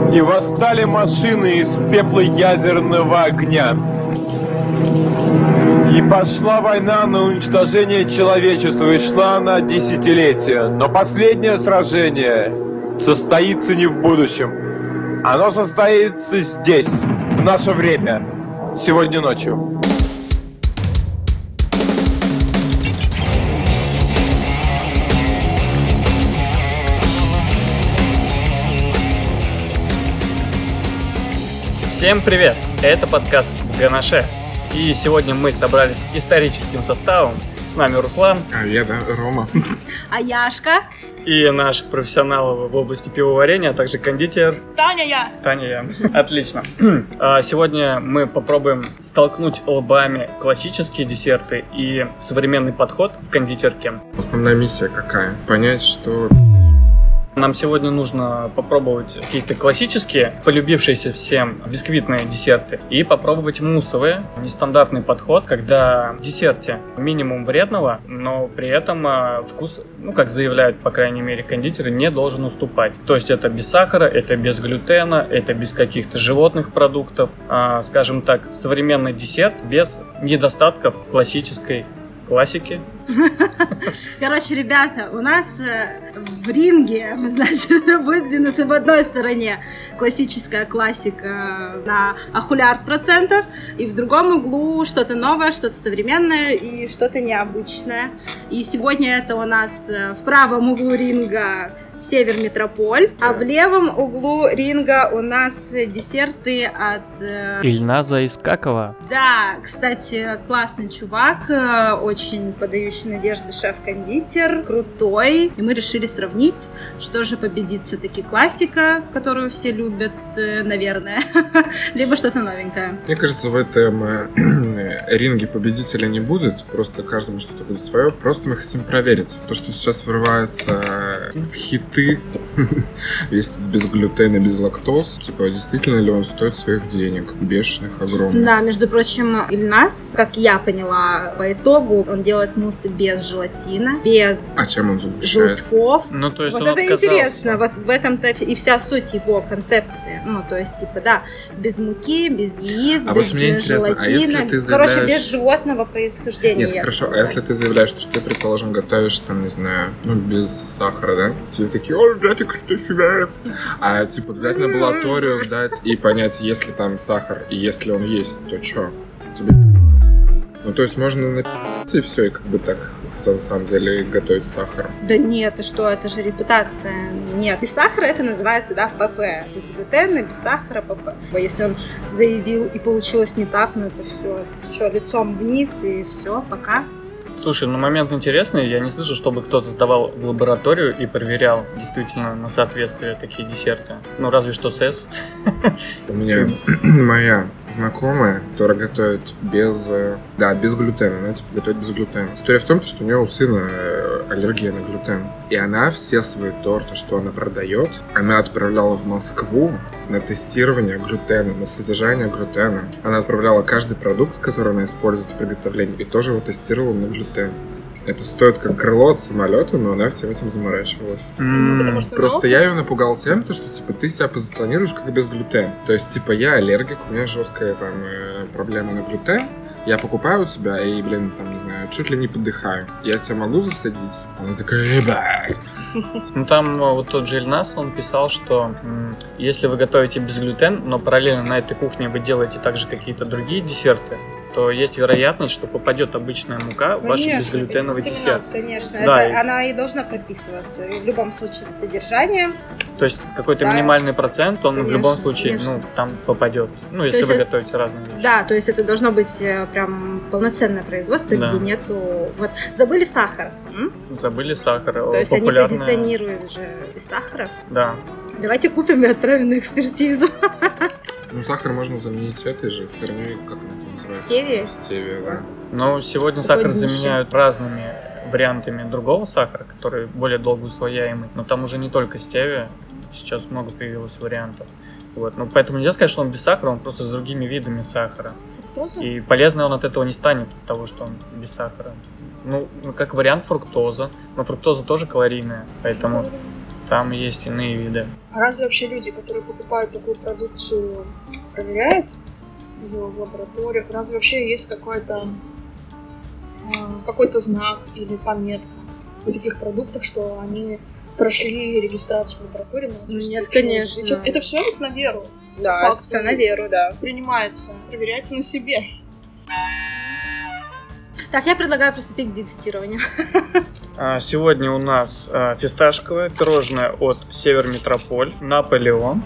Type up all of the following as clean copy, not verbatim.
И восстали машины из пепла ядерного огня. И пошла война на уничтожение человечества, и шла она десятилетия. Но последнее сражение состоится не в будущем. Оно состоится здесь, в наше время, сегодня ночью. Всем привет! Это подкаст в Ганаше. И сегодня мы собрались историческим составом. С нами Руслан. А я, Рома. А Яшка. И наш профессионал в области пивоварения, а также кондитер. Таня я. Отлично. Сегодня мы попробуем столкнуть лбами классические десерты и современный подход в кондитерке. Основная миссия какая? Понять, что... Нам сегодня нужно попробовать какие-то классические, полюбившиеся всем бисквитные десерты и попробовать муссовые. Нестандартный подход, когда в десерте минимум вредного, но при этом вкус, как заявляют, по крайней мере, кондитеры, не должен уступать. То есть это без сахара, это без глютена, это без каких-то животных продуктов. Скажем так, современный десерт без недостатков классической классики. Короче, ребята, у нас в ринге, значит, выдвинуты в одной стороне классическая классика на ахулярд процентов, и в другом углу что-то новое, что-то современное и что-то необычное. И сегодня это у нас в правом углу ринга Север Метрополь, а в левом углу ринга у нас десерты от... Ильназа Искакова. Да, кстати, классный чувак, очень подающий надежды шеф-кондитер, крутой. И мы решили сравнить, что же победит все-таки классика, которую все любят, наверное, либо что-то новенькое. Мне кажется, в этом ринге победителя не будет, просто каждому что-то будет свое. Просто мы хотим проверить. То, что сейчас врывается в хит весь этот без глютена, без лактоз, действительно ли он стоит своих денег, бешеных, огромных. Да, между прочим, Ильназ, как я поняла по итогу, он делает муссы без желатина, без чем он загущает? желтков. То есть вот он это отказался. Интересно, вот в этом-то и вся суть его концепции. Без муки, без яиц, без желатина. Без животного происхождения. Нет, хорошо, если ты заявляешь, что ты, предположим, готовишь, без сахара, да? Такие, что чувак. Взять лабораторию, сдать и понять, есть ли там сахар, и если он есть, то что? Тебе... то есть можно напить и все, и так на самом деле готовить с сахаром. Да нет, ты что, это же репутация. Нет, без сахара это называется, ПП. Без глютена, без сахара, ПП. Если он заявил и получилось не так, это все. Ты что, лицом вниз и все, пока. Слушай, момент интересный. Я не слышу, чтобы кто-то сдавал в лабораторию и проверял действительно на соответствие такие десерты. Разве что СЭС. У меня моя знакомая, которая готовит без глютена. Она готовит без глютена. История в том, что у нее у сына аллергия на глютен. И она все свои торты, что она продает, она отправляла в Москву на тестирование глютена, на содержание глютена. Она отправляла каждый продукт, который она использует в приготовлении, и тоже его тестировала на глютен. Это стоит как крыло от самолета, но она всем этим заморачивалась. Просто я ее напугал тем, что ты себя позиционируешь как без глютена. То есть, я аллергик, у меня жесткая проблема на глютен. Я покупаю у тебя и, чуть ли не подыхаю. Я тебя могу засадить? Она такая, ебать. Там тот же Ильназ, он писал, что если вы готовите без глютен, но параллельно на этой кухне вы делаете также какие-то другие десерты, то есть вероятность, что попадет обычная мука в ваш безглютеновый десерт. Конечно, да, она и должна прописываться. И в любом случае с содержанием. То есть какой-то минимальный процент, он в любом случае там попадет. Если вы готовите разные вещи. Да, то есть это должно быть прям полноценное производство, где нету... Забыли сахар. Забыли сахар. То есть они позиционируют же без сахара. Да. Давайте купим и отправим на экспертизу. Сахар можно заменить этой же херней, как она называется? Стевия, да. Но сегодня сахар заменяют разными вариантами другого сахара, который более долгоусвояемый. Но там уже не только стевия, сейчас много появилось вариантов. Поэтому нельзя сказать, что он без сахара, он просто с другими видами сахара. Фруктоза? И полезный он от этого не станет, от того, что он без сахара. Как вариант фруктоза. Но фруктоза тоже калорийная, поэтому... там есть иные виды. А разве вообще люди, которые покупают такую продукцию, проверяют ее в лабораториях? Разве вообще есть какой-то знак или пометка в таких продуктах, что они прошли регистрацию в лаборатории? Нет, конечно. Это все на веру. Да, это все на веру, да. Принимается. Проверяйте на себе. Так, я предлагаю приступить к дегустированию. Сегодня у нас фисташковое пирожное от Северметрополь, Наполеон.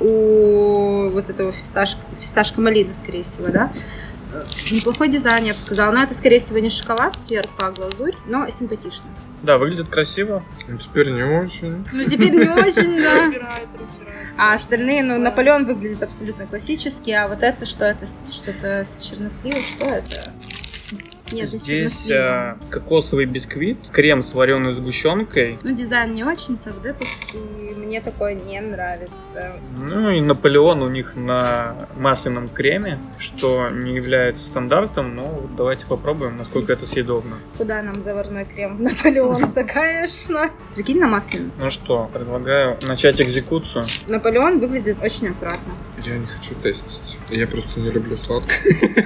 У вот этого фисташка-малина, скорее всего, да? Неплохой дизайн, я бы сказала. Но это, скорее всего, не шоколад сверху, а глазурь, но симпатично. Да, выглядит красиво. Ну, теперь не очень. Ну, теперь не очень, да. Разбирает. А остальные, Наполеон выглядит абсолютно классически, а вот это, что это? Что-то с черносливом? Что это? Нет, здесь кокосовый бисквит, крем с вареной сгущенкой. Ну, дизайн не очень совдеповский, мне такое не нравится. Ну и Наполеон у них на масляном креме, что не является стандартом, но вот давайте попробуем, насколько это съедобно. Куда нам заварной крем в Наполеон-то, конечно. Прикинь, на масляном. Ну что, предлагаю начать экзекуцию. Наполеон выглядит очень аккуратно. Я не хочу тестить. Я просто не люблю сладкое.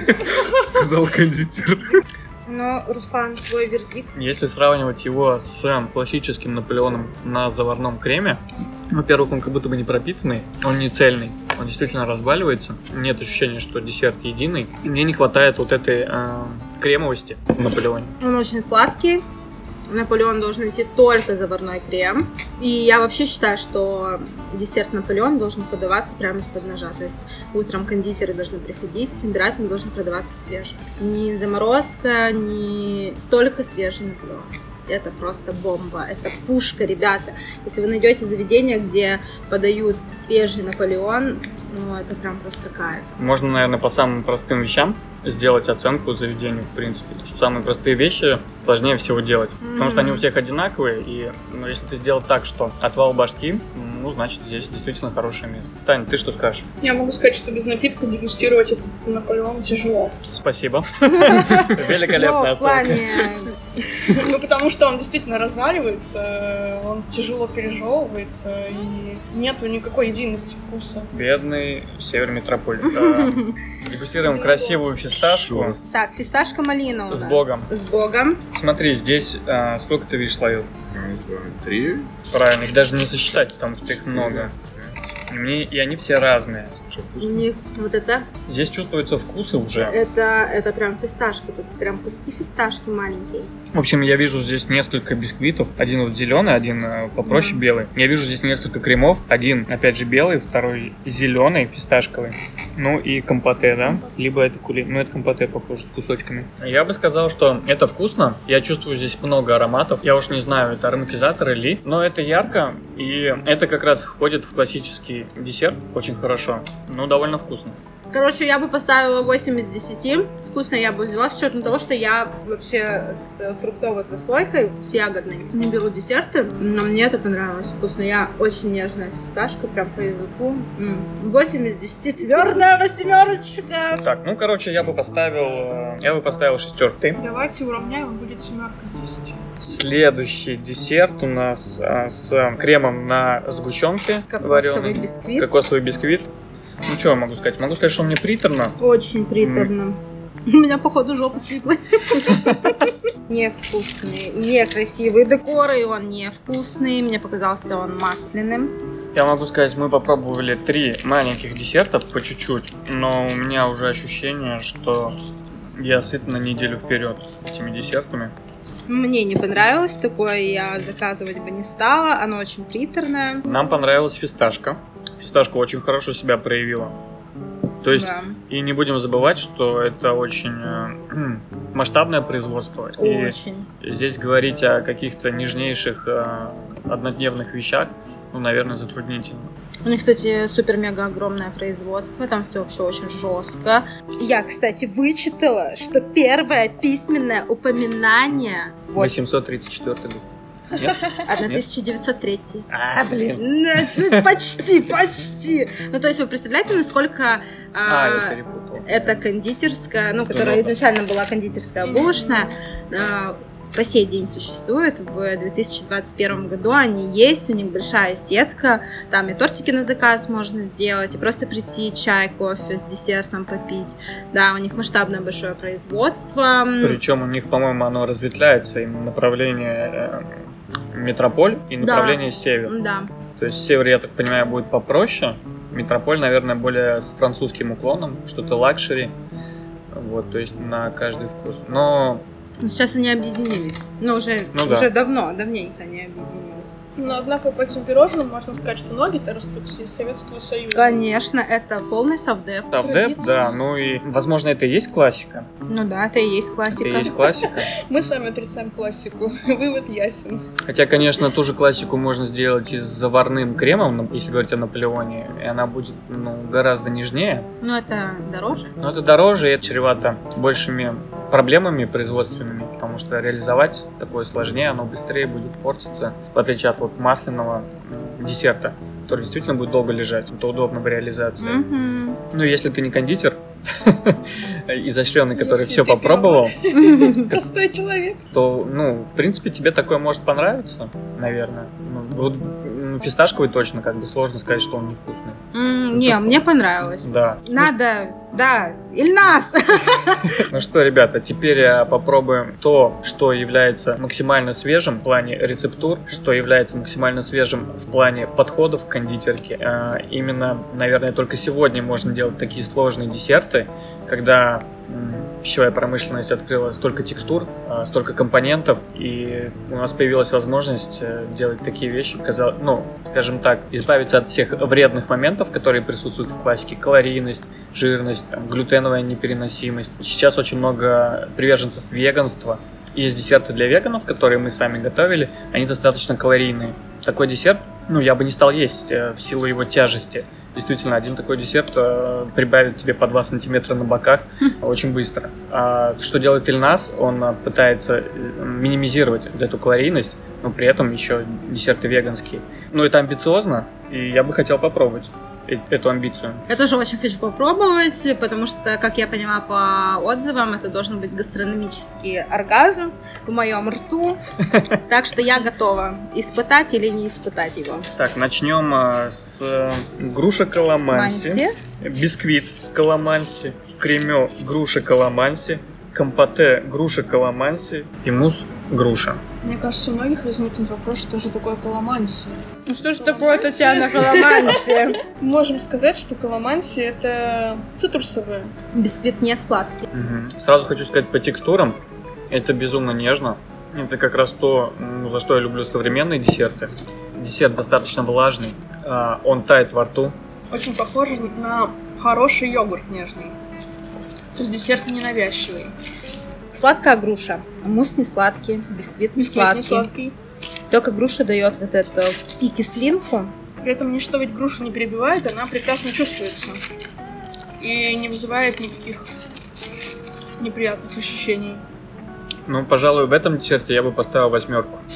Сказал кондитер. Но, Руслан, твой вердикт? Если сравнивать его с классическим Наполеоном на заварном креме, во-первых, он как будто бы не пропитанный, он не цельный, он действительно разваливается, нет ощущения, что десерт единый, и мне не хватает вот этой кремовости в Наполеоне. Он очень сладкий. Наполеон должен идти только заварной крем. И я вообще считаю, что десерт Наполеон должен подаваться прямо из-под ножа. То есть утром кондитеры должны приходить, собирать, он должен продаваться свежим. Не заморозка, не только свежий Наполеон. Это просто бомба, это пушка, ребята. Если вы найдете заведение, где подают свежий Наполеон, ну это прям просто кайф. Можно, наверное, по самым простым вещам сделать оценку заведению, в принципе. Потому что самые простые вещи сложнее всего делать. Потому что они у всех одинаковые, и если ты сделал так, что отвал башки, ну, значит, здесь действительно хорошее место. Таня, ты что скажешь? Я могу сказать, что без напитка дегустировать этот Наполеон тяжело. Спасибо. Великолепная оценка. Ну, потому что он действительно разваливается, он тяжело пережевывается, и нету никакой единости вкуса. Бедный Северметрополь. Дегустируем красивую фисташку. Так, фисташка-малина у нас. С Богом. С Богом. Смотри, здесь сколько ты видишь слоев? 1, 2, 3. Правильно, их даже не сосчитать, потому что их много. И они все разные. У них вот это. Здесь чувствуются вкусы уже. Это прям фисташка, тут прям куски фисташки маленькие. В общем, я вижу здесь несколько бисквитов. Один вот зеленый, один попроще белый. Я вижу здесь несколько кремов. Один, опять же, белый, второй зеленый, фисташковый. Ну и компоте, да? Либо это ну это компоте, похоже, с кусочками. Я бы сказал, что это вкусно. Я чувствую здесь много ароматов. Я уж не знаю, это ароматизатор или... Но это ярко, и это как раз входит в классический десерт очень хорошо. Ну, довольно вкусно. Короче, я бы поставила 8 из 10. Вкусно я бы взяла, с учетом того, что я вообще с фруктовой прослойкой, с ягодной, не беру десерты, но мне это понравилось. Вкусно. Я очень нежная фисташка, прям по языку. 8 из 10, твердая восьмерочка. Так, ну, короче, я бы поставил 6. Ты? Давайте уравняем, будет 7 из 10. Следующий десерт у нас с кремом на сгущенке вареной. Бисквит. Кокосовый бисквит. Ну, что я могу сказать? Могу сказать, что он мне приторно. Очень приторно. У меня, походу, жопа слиплась. Невкусный, некрасивый декор, и он невкусный. Мне показался он масляным. Я могу сказать, мы попробовали 3 маленьких десерта по чуть-чуть, но у меня уже ощущение, что я сыт на неделю вперед этими десертами. Мне не понравилось такое, я заказывать бы не стала, оно очень приторное. Нам понравилась фисташка. Фисташка очень хорошо себя проявила. То есть, да. И не будем забывать, что это очень масштабное производство. Очень. И здесь говорить о каких-то нежнейших однодневных вещах, ну, наверное, затруднительно. У них, кстати, супер-мега огромное производство, там все вообще очень жестко. Я, кстати, вычитала, что первое письменное упоминание... 834 год. Нет? 1903. Блин. Ну, почти. Ну, то есть, вы представляете, насколько я перепутал. это кондитерская, ну, которая изначально была кондитерская булочная, по сей день существуют. В 2021 году они есть, у них большая сетка, там и тортики на заказ можно сделать, и просто прийти чай, кофе с десертом попить. Да, у них масштабное большое производство. Причем у них, по-моему, оно разветвляется именно направление метрополь и направление север. Да. То есть север, я так понимаю, будет попроще. Метрополь, наверное, более с французским уклоном, что-то лакшери. Вот, то есть на каждый вкус. Но Сейчас они объединились. Но уже давненько они объединились. Но, однако, по этим пирожным можно сказать, что ноги-то растут все из Советского Союза. Конечно, это полный совдеп. Совдеп, Традиция. да, ну и, возможно, это и есть классика. Ну да, это и есть классика. Это и есть классика. Мы сами отрицаем классику. Вывод ясен. Хотя, конечно, ту же классику можно сделать и с заварным кремом, если говорить о Наполеоне, и она будет, гораздо нежнее. Но это дороже. Но это дороже, и это чревато большими проблемами производственными, потому что реализовать такое сложнее, оно быстрее будет портиться, в отличие от масляного десерта, который действительно будет долго лежать. Это удобно в реализации. Ну, если ты не кондитер, изощренный, который Если все ты попробовал, Простой человек. то, в принципе, тебе такое может понравиться, наверное. Фисташковый точно, сложно сказать, что он невкусный. Не, мне понравилось. Да. Надо, да, Ильнас! Ну что, ребята, теперь попробуем то, что является максимально свежим в плане рецептур, что является максимально свежим в плане подходов к кондитерке. Именно, наверное, только сегодня можно делать такие сложные десерты, когда пищевая промышленность открыла столько текстур, столько компонентов, и у нас появилась возможность делать такие вещи, скажем так, избавиться от всех вредных моментов, которые присутствуют в классике: калорийность, жирность, глютеновая непереносимость. Сейчас очень много приверженцев веганства. Есть десерты для веганов, которые мы сами готовили, они достаточно калорийные. Такой десерт, я бы не стал есть в силу его тяжести. Действительно, один такой десерт прибавит тебе по 2 сантиметра на боках очень быстро. А что делает Ильнас? Он пытается минимизировать эту калорийность, но при этом еще десерты веганские. Это амбициозно, и я бы хотел попробовать эту амбицию. Я тоже очень хочу попробовать, потому что, как я поняла по отзывам, это должен быть гастрономический оргазм в моем рту. Так что я готова испытать или не испытать его. Так, начнем с груша каламанси, бисквит с каламанси, кремё груша каламанси, компоте груша каламанси и мусс груша. Мне кажется, у многих возникнет вопрос, что же такое каламанси. Ну что ж такое, Татьяна, каламанси? Можем сказать, что каламанси — это цитрусовые. Бисквит не сладкий. Сразу хочу сказать по текстурам, это безумно нежно. Это как раз то, за что я люблю современные десерты. Десерт достаточно влажный, он тает во рту. Очень похоже на хороший йогурт нежный. То есть десерт ненавязчивый. Сладкая груша, мусс не сладкий, бисквит не сладкий. Только груша дает вот эту и кислинку. При этом ничто ведь грушу не перебивает, она прекрасно чувствуется. И не вызывает никаких неприятных ощущений. Пожалуй, в этом десерте я бы поставил 8.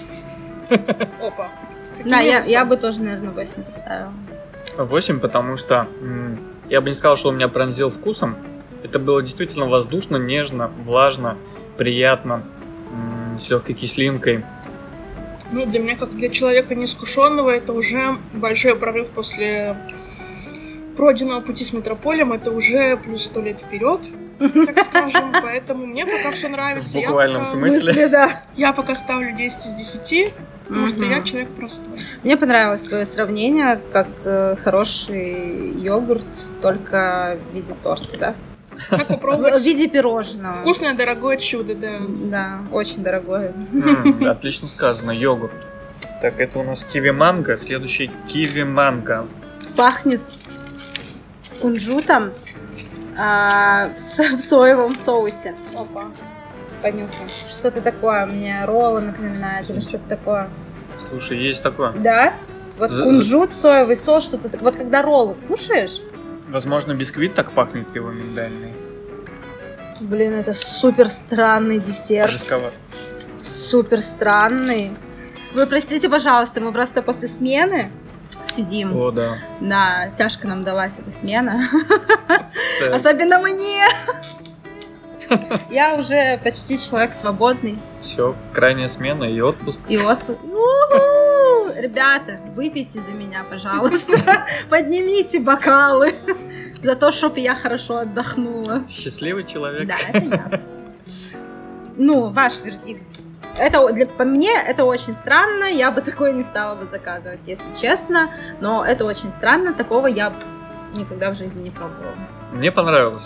Опа. Да, я бы тоже, наверное, 8 поставила. 8, потому что я бы не сказал, что он меня пронзил вкусом. Это было действительно воздушно, нежно, влажно, приятно, с легкой кислинкой. Для меня, как для человека неискушенного, это уже большой прорыв после пройденного пути с метрополем. Это уже плюс 100 лет вперед, так скажем. Поэтому мне пока все нравится. В буквальном смысле. В смысле, да. Я пока ставлю 10 из 10, потому что я человек простой. Мне понравилось твое сравнение, как хороший йогурт, только в виде торта, да? Как попробовать? В виде пирожного. Вкусное, дорогое чудо, да. Да, очень дорогое. Отлично сказано, йогурт. Так, это у нас киви-манго, следующий киви-манго. Пахнет кунжутом в соевом соусе. Опа. Понюхай. Что-то такое, мне роллы напоминает, или что-то такое. Слушай, есть такое. Да? Вот кунжут, соевый соус, что-то такое. Вот когда роллы кушаешь... Возможно, бисквит так пахнет, его миндальный. Блин, это супер странный десерт. Жестковат. Супер странный. Вы простите, пожалуйста, мы просто после смены сидим. О, да. Да, тяжко нам далась эта смена. Особенно мне. Я уже почти человек свободный. Все, крайняя смена и отпуск. И отпуск. У-ху! Ребята, выпейте за меня, пожалуйста. Поднимите бокалы за то, чтобы я хорошо отдохнула. Счастливый человек. Да, это я. Ну, ваш вердикт. По мне это очень странно, я бы такое не стала бы заказывать, если честно, но это очень странно, такого я никогда в жизни не пробовала. Мне понравилось.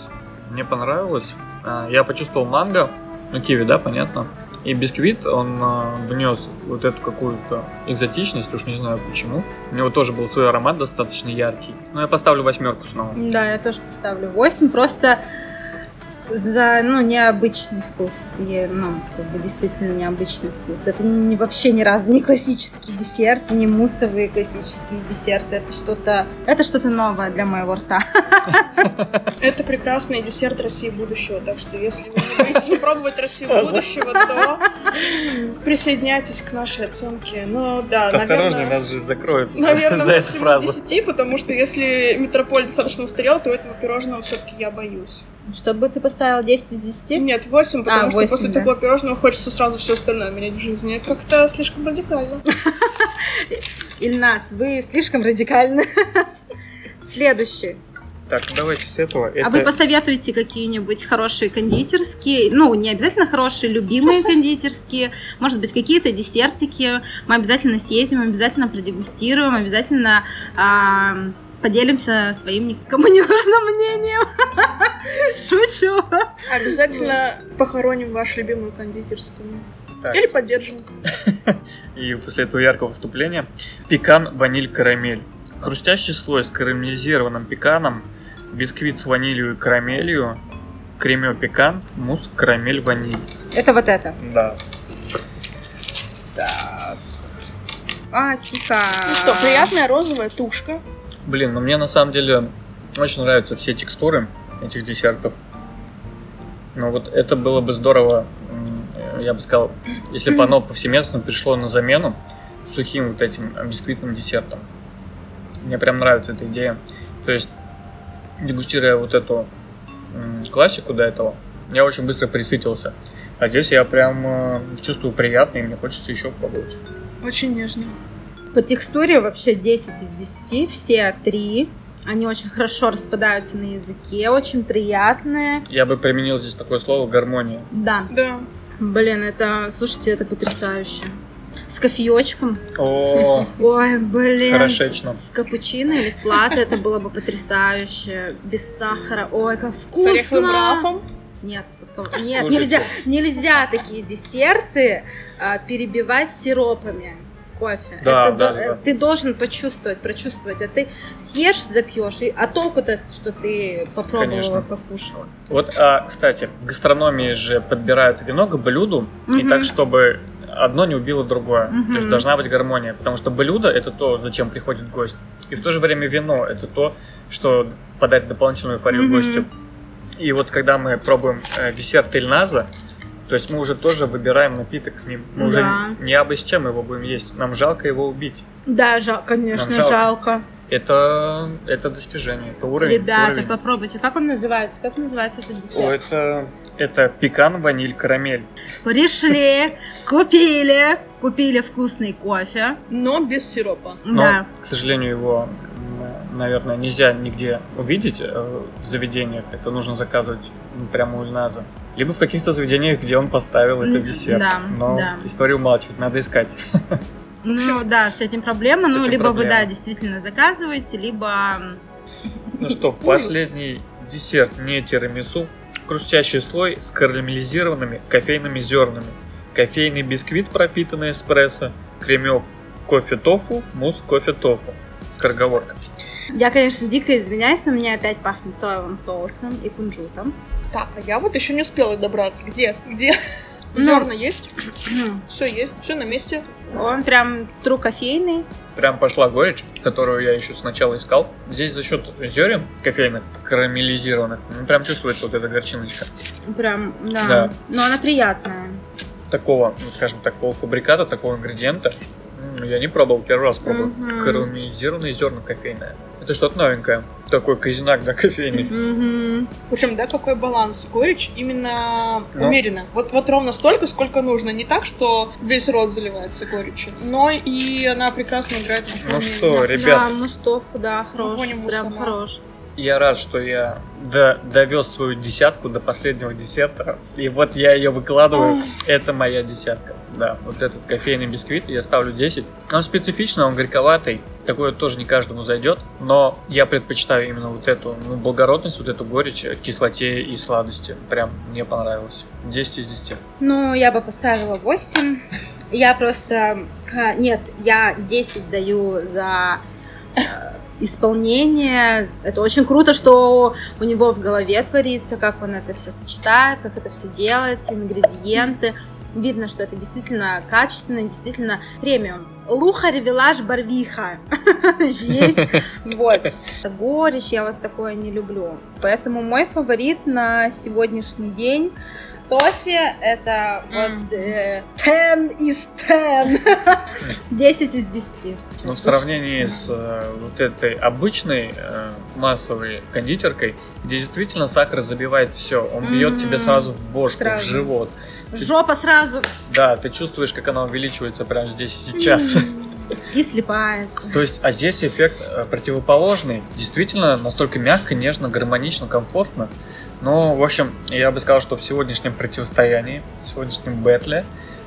Я почувствовал манго, ну киви, да, понятно. И бисквит, он внес вот эту какую-то экзотичность, уж не знаю почему. У него тоже был свой аромат достаточно яркий. Но я поставлю 8 снова. Да, я тоже поставлю 8, просто за, необычный вкус. Действительно необычный вкус. Это вообще ни разу не классический десерт, не муссовые классические десерты. Это что-то новое для моего рта. Это прекрасный десерт России будущего, так что если вы не боитесь попробовать Россию будущего, то присоединяйтесь к нашей оценке. Ну да, осторожнее, нас же закроют наверное, за эту фразу. 10, потому что если метрополь достаточно устарел, то этого пирожного все-таки я боюсь. Чтобы ты поставила 10 из 10? Нет, 8, потому что 8, после такого пирожного хочется сразу все остальное менять в жизни. Это как-то слишком радикально. Ильнас, вы слишком радикальны. Следующий. Так, давайте с этого. А вы посоветуете какие-нибудь хорошие кондитерские, не обязательно хорошие, любимые кондитерские, может быть, какие-то десертики. Мы обязательно съездим, обязательно продегустируем, обязательно поделимся своим никому не нужным мнением. Шучу. Обязательно похороним вашу любимую кондитерскую. Так. Или поддержим. И после этого яркого вступления пекан, ваниль, карамель. Хрустящий слой с карамелизированным пеканом, бисквит с ванилью и карамелью, кремё пекан, мусс, карамель, ваниль. Это вот это? Да. Так. Тика. Ну что, приятная розовая тушка. Блин, мне на самом деле очень нравятся все текстуры этих десертов. Но вот это было бы здорово, я бы сказал, если бы оно повсеместно пришло на замену сухим вот этим бисквитным десертом. Мне прям нравится эта идея. То есть, дегустируя вот эту классику до этого, я очень быстро присытился. А здесь я прям чувствую приятно, и мне хочется еще пробовать. Очень нежно. По текстуре вообще 10 из 10, все 3. Они очень хорошо распадаются на языке, очень приятные. Я бы применил здесь такое слово гармония. Да. Да. Блин, слушайте, это потрясающе. С кофеечком. О, Ой, блин. хорошечно. С капучино или с латте это было бы потрясающе. Без сахара. Ой, как вкусно. С ореховым рафом. Нет, Слушайте. нельзя такие десерты перебивать сиропами в кофе. Да. Ты должен прочувствовать, а ты съешь, запьешь, а толку-то, что ты попробовала, Конечно. покушала. Вот, кстати, в гастрономии же подбирают вино к блюду, и так, чтобы одно не убило другое. То есть должна быть гармония, потому что блюдо — это то, зачем приходит гость. И в то же время вино — это то, что подарит дополнительную эйфорию гостю. И вот когда мы пробуем десерт Ильназа, то есть мы уже тоже выбираем напиток к ним. Мы уже не абы с чем его будем есть. Нам жалко его убить. Да, конечно, жалко. Это достижение, это уровень. Ребята, попробуйте. Как он называется? Как называется этот десерт? Это пекан, ваниль, карамель. Пришли, купили вкусный кофе. Но без сиропа. Но, Да. к сожалению, его, наверное, нельзя нигде увидеть в заведениях. Это нужно заказывать прямо у Ильназа. Либо в каких-то заведениях, где он поставил этот десерт. Да, Но да. история умалчивает, надо искать. С этим проблема. С этим Либо проблема. вы, действительно заказываете, либо... Ну что, последний десерт не тирамису. Хрустящий слой с карамелизированными кофейными зернами. Кофейный бисквит, пропитанный эспрессо. Кремёк кофе-тофу, мусс кофе-тофу. Скороговорка. Я, конечно, дико извиняюсь, но мне опять пахнет соевым соусом и кунжутом. Так, а я вот еще не успела добраться. Где? Зерна есть? Все есть, все на месте. Он прям тру кофейный. Прям пошла горечь, которую я еще сначала искал. Здесь за счет зерен кофейных, карамелизированных, прям чувствуется вот эта горчиночка. Прям, да. Да. Но она приятная. Такого, скажем так, полуфабриката, такого ингредиента я не пробовал, первый раз пробую. Карамелизированные зерна кофейные. Это что-то новенькое. такой казинак, да, кофейный. Мгм. Причем, да, какой баланс? Горечь именно умеренно. Вот ровно столько, сколько нужно. Не так, что весь рот заливается горечью, но и она прекрасно играет на фоне. Ну что, Да, ребят, Мустофа, да, хорош, фоне прям муссама. хорош. я рад, что я довез свою десятку до последнего десерта. И вот я ее выкладываю. Это моя десятка. Да, вот этот кофейный бисквит я ставлю 10. Он специфичный, он горьковатый. Такое тоже не каждому зайдет. Но я предпочитаю именно вот эту благородность, вот эту горечь, кислоте и сладости. Прям мне понравилось. 10 из 10. Ну, я бы поставила 8. Я просто... Нет, я 10 даю за исполнение. Это очень круто, что у него в голове творится, как он это все сочетает, как это все делается, ингредиенты. Видно, что это действительно качественно, действительно премиум. Луха, ревелаж, барвиха. Есть. Вот. Горечь, я вот такое не люблю. Поэтому мой фаворит на сегодняшний день тофе — это вот 10 из 10. 10 из 10. Ну, в сравнении с вот этой обычной массовой кондитеркой, где действительно сахар забивает все, он бьет тебе сразу в бошку, в Сразу. живот. Жопа сразу Да, ты чувствуешь, как она увеличивается прямо здесь и сейчас. и слипается. То есть, а здесь эффект противоположный. Действительно, настолько мягко, нежно, гармонично, комфортно. Ну, в общем, я бы сказал, что в сегодняшнем противостоянии, в сегодняшнем бэтле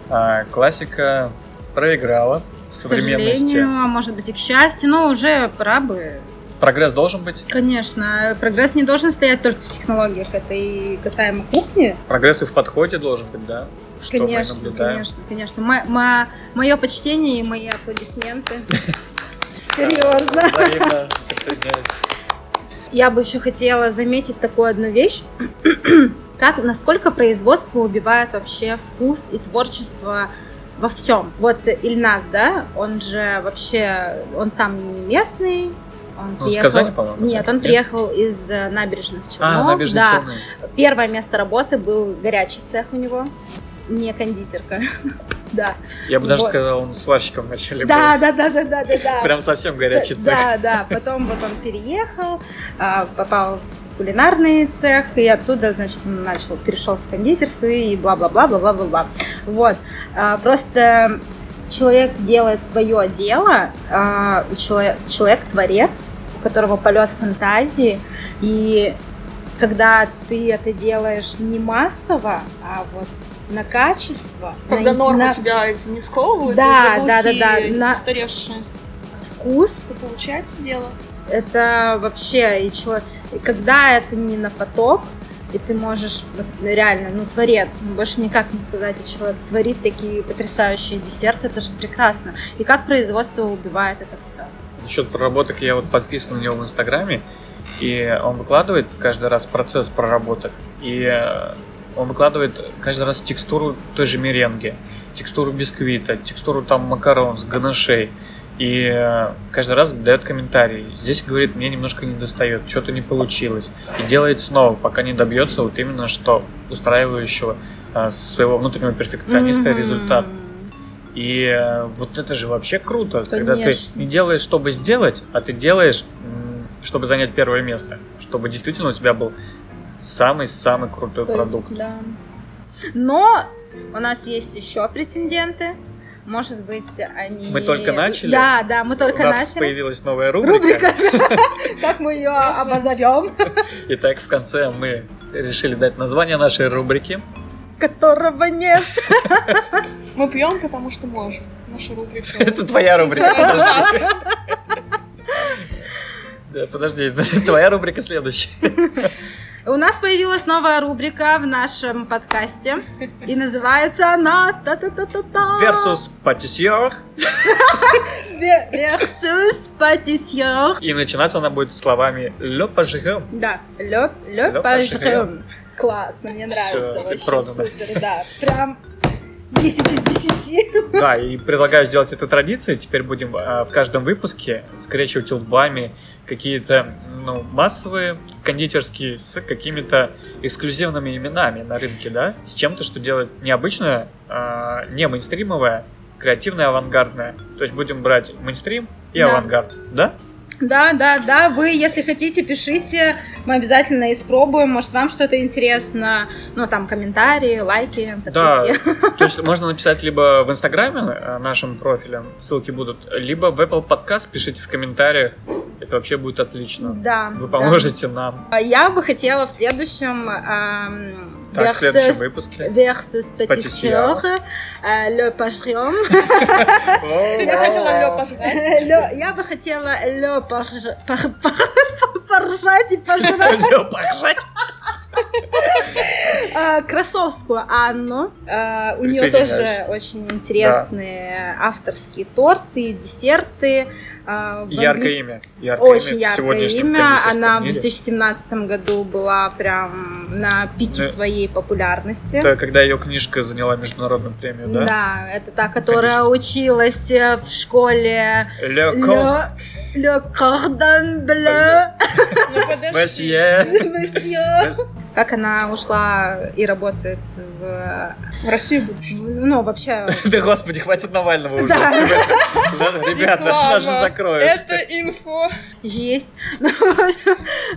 классика проиграла К современности. сожалению, а может быть и к счастью, но уже пора бы. Прогресс должен быть. Конечно, прогресс не должен стоять только в технологиях, это и касаемо кухни. Прогресс и в подходе должен быть, да? Что мы Конечно, наблюдаем. конечно, конечно. Мое почтение и мои аплодисменты. Серьезно. Взаимно присоединяюсь. Я бы еще хотела заметить такую одну вещь. Насколько производство убивает вообще вкус и творчество во всем. Вот Ильназ, да, он же вообще, он сам не местный. Он С Казани, по-моему? Нет, он приехал из набережных Челнов. Набережные да. Челны. Первое место работы был горячий цех у него, не кондитерка. Да. Я бы даже Вот. сказал, он сварщиком вначале Да. был. Прям совсем горячий цех. Да. Потом вот он переехал, попал в кулинарный цех, и оттуда, значит, он перешел в кондитерскую и бла-бла-бла. Вот. Просто человек делает свое дело, человек творец, у которого полет фантазии, и когда ты это делаешь не массово, а вот на качество, Когда нормы на тебя эти не сковывают, Да, уже да, глухие, на- устаревшие. вкус, И получается дело. это вообще, и когда это не на поток, и ты можешь вот, реально, творец, больше никак не сказать, и человек творит такие потрясающие десерты, это же прекрасно. И как производство убивает это все. Насчет проработок я вот подписан на него в Инстаграме, и он выкладывает каждый раз процесс проработок, и он выкладывает каждый раз текстуру той же меренги, текстуру бисквита, текстуру там макарон с ганашей. И каждый раз дает комментарий. Здесь, говорит, мне немножко не достает, что-то не получилось. И делает снова, пока не добьется вот именно что устраивающего своего внутреннего перфекциониста результат. И вот это же вообще круто, когда ты Конечно. не делаешь, чтобы сделать, а ты делаешь, чтобы занять первое место. Чтобы действительно у тебя был самый-самый крутой продукт. Да. Но у нас есть еще претенденты. Может быть, они... Мы только начали? Да, мы только У нас начали. появилась новая рубрика. Как мы ее обозовем? Итак, в конце мы решили дать название нашей рубрики. Которого нет. Мы пьем, потому что можем. Наша рубрика. Это твоя рубрика. Подожди. Да, подожди, твоя рубрика следующая. У нас появилась новая рубрика в нашем подкасте. И называется она... та-та-та-та-та. Versus патисьер. Versus патисьер. И начинаться она будет словами «Le pajero». Да, Le le pajero. пажрём. Классно, мне нравится. Всё, Вообще продано. супер, да. Прям 10 из 10. Да, и предлагаю сделать эту традицию. Теперь будем в каждом выпуске скрещивать лбами какие-то массовые кондитерские с какими-то эксклюзивными именами на рынке, да? С чем-то, что делает необычное, не мейнстримовое, креативное, авангардное. То есть будем брать мейнстрим и Да. авангард, да? Да, вы, если хотите, пишите, мы обязательно испробуем, может, вам что-то интересно, ну, там, комментарии, лайки, Да, подписки. то есть можно написать либо в Инстаграме нашим профилем, ссылки будут, либо в Apple Podcast, пишите в комментариях, это вообще будет отлично. Да. Вы поможете нам. Я бы хотела в следующем... Так, в следующем выпуске. Versus Pâtissière, Le Pagerium. Ты не хотела Лё пожрать? Я бы хотела Лё поржать и пожрать. Лё пожрать. Красовскую Анну. У нее Присоединяюсь. тоже очень интересные авторские торты, десерты. Яркое имя. Очень в яркое сегодняшнем имя. кондитерском Она в мире. 2017 году была прям на пике Да. своей популярности. Это когда ее книжка заняла международную премию, да? Да, это та, которая училась в школе Le Corps. Le Cordon Bleu. Ну подожди. Месье. Monsieur. Как она ушла и работает В Россию будешь. ну, вообще... Да господи, хватит Навального уже. Да. Ладно, ребята, Реклама. нас же закроют. Это инфо. Есть. Ну, в общем,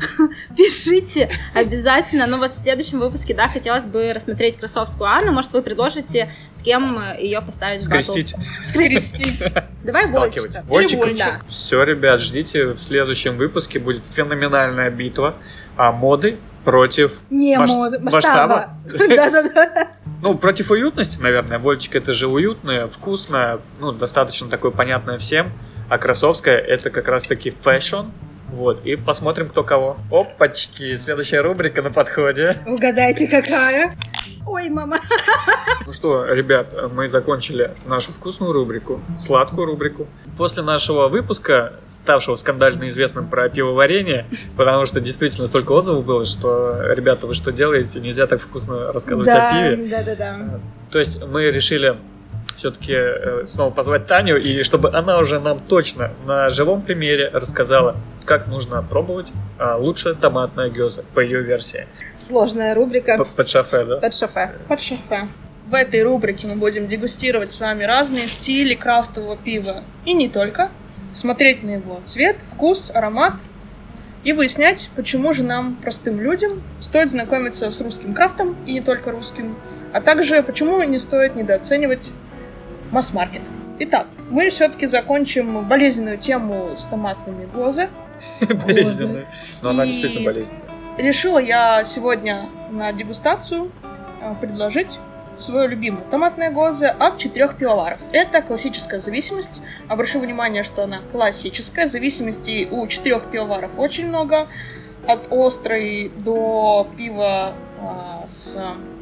пишите обязательно. Но вот в следующем выпуске, да, хотелось бы рассмотреть Красовскую Анну. Может, вы предложите, с кем ее поставить в батл? Скрестить, Скрестить. Давай сталкивать. Вольчика. Вольчика. Или Да. Все, ребят, ждите, в следующем выпуске будет феноменальная битва моды против Не масштаба. Да-да-да. Ну, против уютности, наверное. Вольчик — это же уютное, вкусное, ну, достаточно такое понятное всем. А Красовская — это как раз-таки фэшн. Вот, и посмотрим, кто кого. Опачки, следующая рубрика на подходе. Угадайте, какая? Ой, мама. Ну что, ребят, мы закончили нашу вкусную рубрику, сладкую рубрику. После нашего выпуска, ставшего скандально известным про пивоварение, потому что действительно столько отзывов было, что, ребята, вы что делаете? Нельзя так вкусно рассказывать о пиве. Да. То есть мы решили все-таки снова позвать Таню, и чтобы она уже нам точно на живом примере рассказала, как нужно пробовать лучше томатное гёза, по ее версии. Сложная рубрика. Под шофе, да? Под шофе. Под шофе. В этой рубрике мы будем дегустировать с вами разные стили крафтового пива. И не только. Смотреть на его цвет, вкус, аромат. И выяснять, почему же нам, простым людям, стоит знакомиться с русским крафтом, и не только русским. А также, почему не стоит недооценивать масс-маркет. Итак, мы все-таки закончим болезненную тему с томатными гозы. Болезненная. Но она И- действительно болезненная. Решила я сегодня на дегустацию предложить свою любимую томатное гозы от 4 пивоваров. Это классическая зависимость. Обращу внимание, что она классическая. Зависимостей у 4 пивоваров очень много. От острой до пива с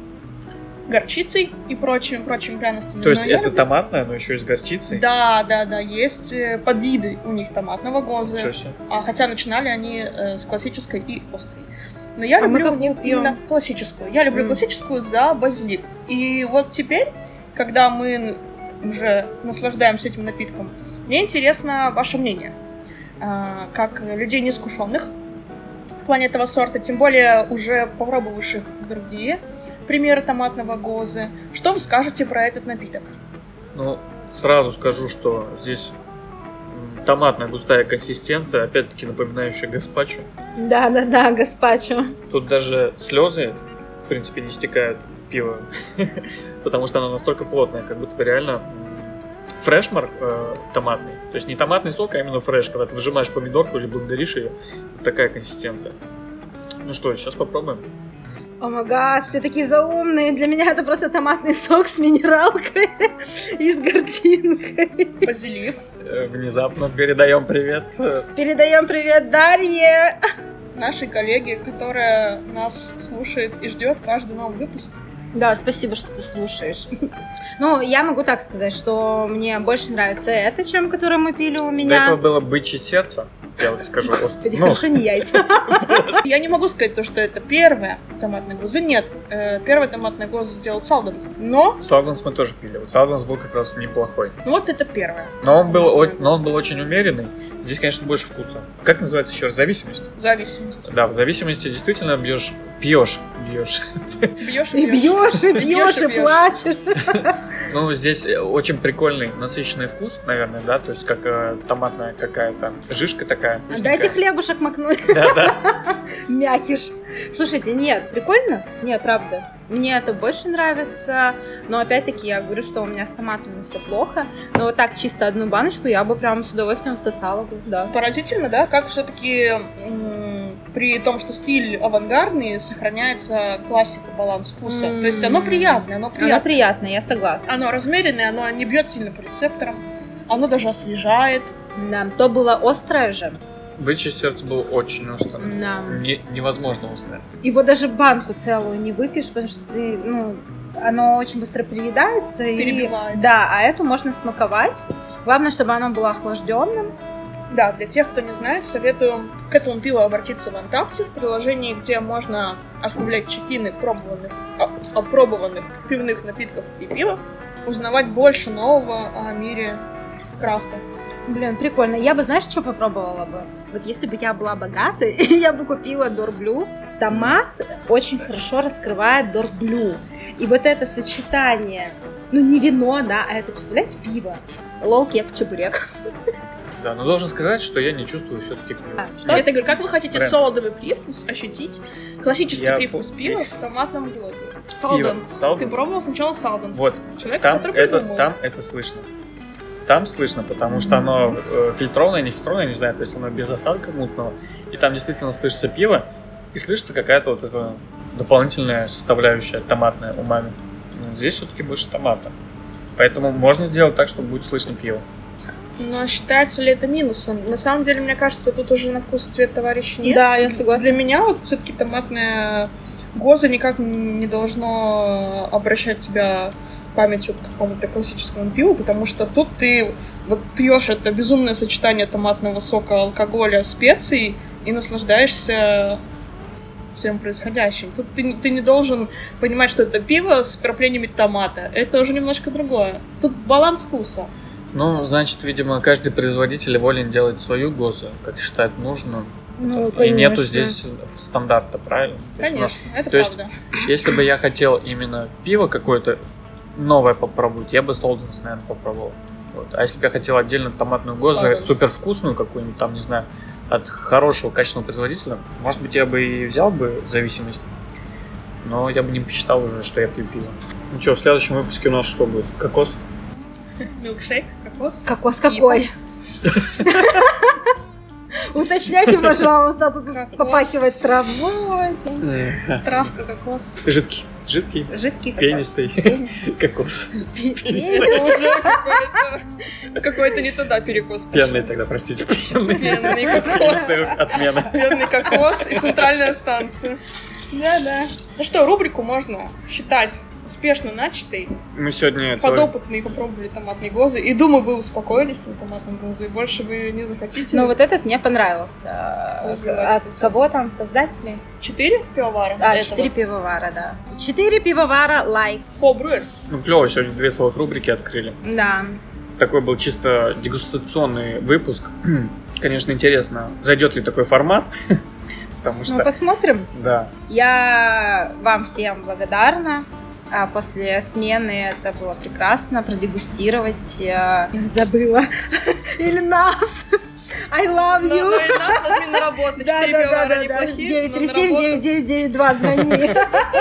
горчицей и прочими пряностями. То есть Но я это люблю- томатное, но еще и с горчицей? Да, есть подвиды у них томатного гоза. Ничего себе. Хотя начинали они с классической и острой. Но я А мы люблю у какую них пьем? именно классическую. Я люблю классическую за базилик. И вот теперь, когда мы уже наслаждаемся этим напитком, мне интересно ваше мнение. Как людей неискушенных в плане этого сорта, тем более уже попробовавших другие примеры томатного гозы. Что вы скажете про этот напиток? Ну, сразу скажу, что здесь томатная густая консистенция, опять-таки напоминающая гаспачо. Да, гаспачо. Тут даже слезы, в принципе, не стекают пива, потому что оно настолько плотное, как будто бы реально фрешмарк томатный. То есть не томатный сок, а именно фреш, когда ты выжимаешь помидорку или блендеришь ее. Вот такая консистенция. Ну что, сейчас попробуем. О май гад, все такие заумные. Для меня это просто томатный сок с минералкой и с горчинкой. Базилик. Внезапно передаем привет. Передаем привет Дарье. Нашей коллеге, которая нас слушает и ждет каждый новый выпуск. Да, спасибо, что ты слушаешь. Ну, я могу так сказать, что мне больше нравится это, чем которое мы пили у До меня. этого было бычье сердце, я вот скажу. Господи, Ну, хорошо, не яйца. Я не могу сказать то, что это первая томатная гоза. Нет, первая томатная гоза сделал Салданс. Но Сауданс мы тоже пили. Вот Сауданс был как раз неплохой. ну вот это первая. Но он был очень умеренный. Здесь, конечно, больше вкуса. Как называется еще раз? Зависимость? Зависимость. Да, в зависимости действительно бьешь Бьешь. Бьешь И бьешь, и бьешь, и плачешь. Ну, здесь очень прикольный, насыщенный вкус, наверное, да? То есть, как томатная какая-то жишка такая. Дайте хлебушек макнуть. Да. Мякиш. Слушайте, нет, прикольно? Нет, правда. Мне это больше нравится. Но опять-таки я говорю, что у меня с томатами все плохо. Но вот так чисто одну баночку я бы прям с удовольствием всосала бы, да. Поразительно, да, как все-таки при том, что стиль авангардный, сохраняется классика, баланс вкуса. То есть оно приятное, Оно приятное, я согласна. Оно размеренное, оно не бьет сильно по рецепторам, оно даже освежает. Да, то было острое же. Бычье сердце было очень острое. Да. Невозможно острое. Его даже банку целую не выпьешь, потому что ты, оно очень быстро переедается. Перебивает. Да, а эту можно смаковать. Главное, чтобы оно было охлажденным. Да, для тех, кто не знает, советую к этому пиву обратиться в Антапте, в приложении, где можно оставлять чекины опробованных пивных напитков и пива, узнавать больше нового о мире крафта. Блин, прикольно. Я бы, знаешь, что попробовала бы? Вот если бы я была богатой, я бы купила Дорблю. Томат очень хорошо раскрывает Дорблю. И вот это сочетание, не вино, да, а это, представляете, пиво. Лол, кек, чебурек. Да, но должен сказать, что я не чувствую все-таки пива. Я говорю, как вы хотите Бренд. солодовый привкус ощутить? Классический привкус пива в томатном глазе. Салданс. Ты пробовал сначала салданс. Вот. Человек, Там который придумал. это слышно. Там слышно, потому что оно фильтрованное, не фильтрованное, не знаю, то есть оно без осадка мутного. И там действительно слышится пиво, и слышится какая-то вот эта дополнительная составляющая томатная умами. Здесь все-таки больше томата. Поэтому можно сделать так, чтобы будет слышно пиво. Но считается ли это минусом? На самом деле, мне кажется, тут уже на вкус и цвет товарища нет. Да, я согласна. Для меня вот все-таки томатное гоза никак не должно обращать тебя памятью к какому-то классическому пиву, потому что тут ты вот пьешь это безумное сочетание томатного сока, алкоголя, специй и наслаждаешься всем происходящим. Тут ты не должен понимать, что это пиво с вкраплениями томата. Это уже немножко другое. Тут баланс вкуса. Ну, значит, видимо, каждый производитель волен делать свою гозу, как считает нужным. И конечно. нету здесь стандарта, правильно? Конечно, это то есть, правда. Если бы я хотел именно пиво какое-то новое попробовать, я бы Солденс, наверное, попробовал. Вот. А если бы я хотел отдельно томатную гозу, Солденс. супер вкусную какую-нибудь, там, не знаю, от хорошего, качественного производителя, может быть, я бы и взял бы в зависимость. Но я бы не посчитал уже, что я пью пиво. Ну что, в следующем выпуске у нас что будет? Кокос? Милкшейк, кокос. Кокос какой? Уточняйте, пожалуйста, тут Кокос. попахивает травой. Травка, кокос. Жидкий, Жидкий пенистый кокос. Это уже какой-то не туда перекос. пошел. Пенный тогда, простите, пенный. Пенный кокос. Отмена. Пенный кокос и центральная станция. Да. Ну что, рубрику можно считать успешно начатой. Мы сегодня Подопытные попробовали томатные гозы. И думаю, вы успокоились на томатном гозе. И больше вы не захотите. Но вот этот мне понравился. Развивать От кого там создатели? 4 пивовара? 4 пивовара, да. 4 пивовара лайк. Four Brewers. Ну, клево, сегодня 2 целых рубрики открыли. Да. Такой был чисто дегустационный выпуск. Конечно, интересно, зайдет ли такой формат. Потому что... Ну, посмотрим. Да. Я вам всем благодарна. После смены это было прекрасно. Продегустировать. Забыла. Или нас. I love you. Но и нас возьми на работу. 4 пивовара неплохие. 937-9992 звони.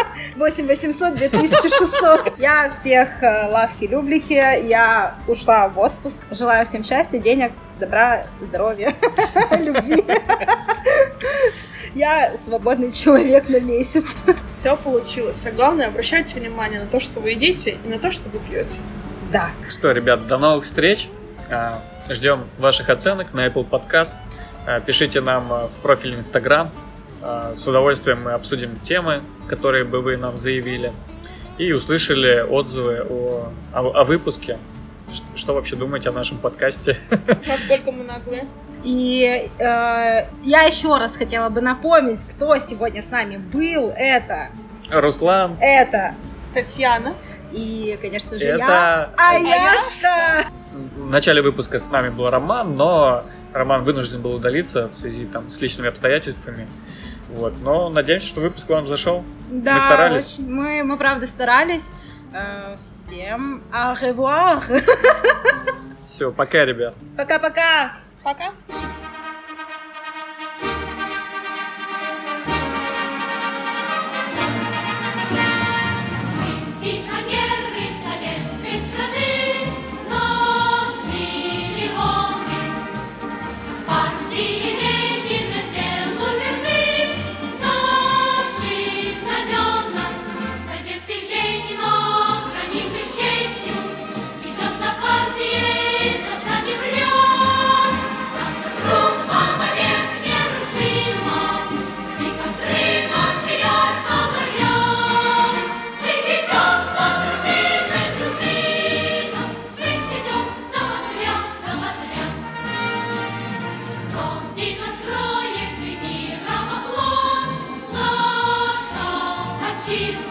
8-800-2600. Я всех лавки-люблики. Я ушла в отпуск. Желаю всем счастья, денег, добра, здоровья, любви. Я свободный человек на месяц. Все получилось. А главное, обращайте внимание на то, что вы едите, и на то, что вы пьете. Да. Что, ребят, до новых встреч. Ждем ваших оценок на Apple Podcast. Пишите нам в профиль Instagram. С удовольствием мы обсудим темы, которые бы вы нам заявили. И услышали отзывы о выпуске. Что вообще думаете о нашем подкасте? Насколько мы наглые. И я еще раз хотела бы напомнить, кто сегодня с нами был. Это Руслан. Это Татьяна. и, конечно же, Это я, Аяшка. В начале выпуска с нами был Роман, но Роман вынужден был удалиться в связи там, с личными обстоятельствами. Вот. Но надеемся, что выпуск вам зашел. Да, мы старались. Очень, мы правда старались. Всем au revoir. Все, пока, ребят. Пока-пока. Пока. Отчизна